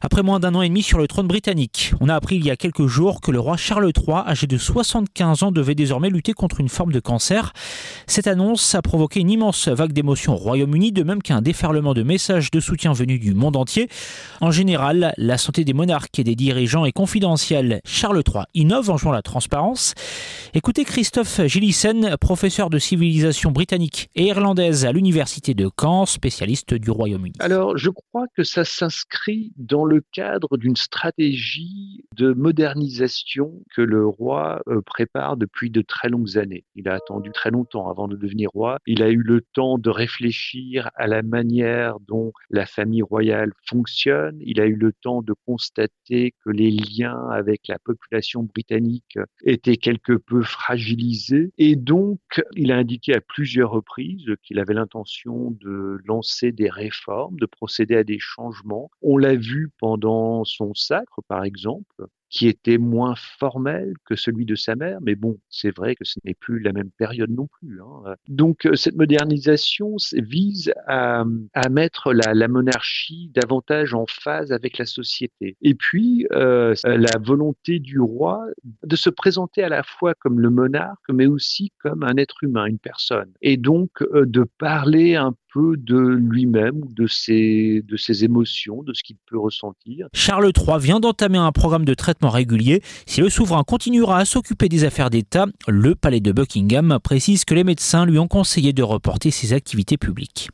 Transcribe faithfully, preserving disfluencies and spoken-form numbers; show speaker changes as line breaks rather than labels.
Après moins d'un an et demi sur le trône britannique, on a appris il y a quelques jours que le roi Charles trois, âgé de soixante-quinze ans, devait désormais lutter contre une forme de cancer. Cette annonce a provoqué une immense vague d'émotions au Royaume-Uni, de même qu'un déferlement de messages de soutien venus du monde entier. En général, la santé des monarques et des dirigeants est confidentielle. Charles trois innove en jouant la transparence. Écoutez Christophe Gillissen, professeur de civilisation britannique et irlandaise à l'université de Caen, spécialiste du Royaume-Uni.
Alors, je crois que ça s'inscrit dans le cadre d'une stratégie de modernisation que le roi euh, prépare depuis de très longues années. Il a attendu très longtemps avant de devenir roi. Il a eu le temps de réfléchir à la manière dont la famille royale fonctionne. Il a eu le temps de constater que les liens avec la population britannique étaient quelque peu fragilisés. Et donc, il a indiqué à plusieurs reprises qu'il avait l'intention de lancer des réformes, de procéder à des changements. On l'a vu pendant son sacre, par exemple, qui était moins formel que celui de sa mère, mais bon, c'est vrai que ce n'est plus la même période non plus. Hein. Donc, cette modernisation vise à, à mettre la, la monarchie davantage en phase avec la société. Et puis, euh, la volonté du roi de se présenter à la fois comme le monarque, mais aussi comme un être humain, une personne. Et donc, euh, de parler un peu de lui-même, de ses, de ses émotions, de ce qu'il peut ressentir.
Charles trois vient d'entamer un programme de traitement régulier. Si le souverain continuera à s'occuper des affaires d'État, le palais de Buckingham précise que les médecins lui ont conseillé de reporter ses activités publiques.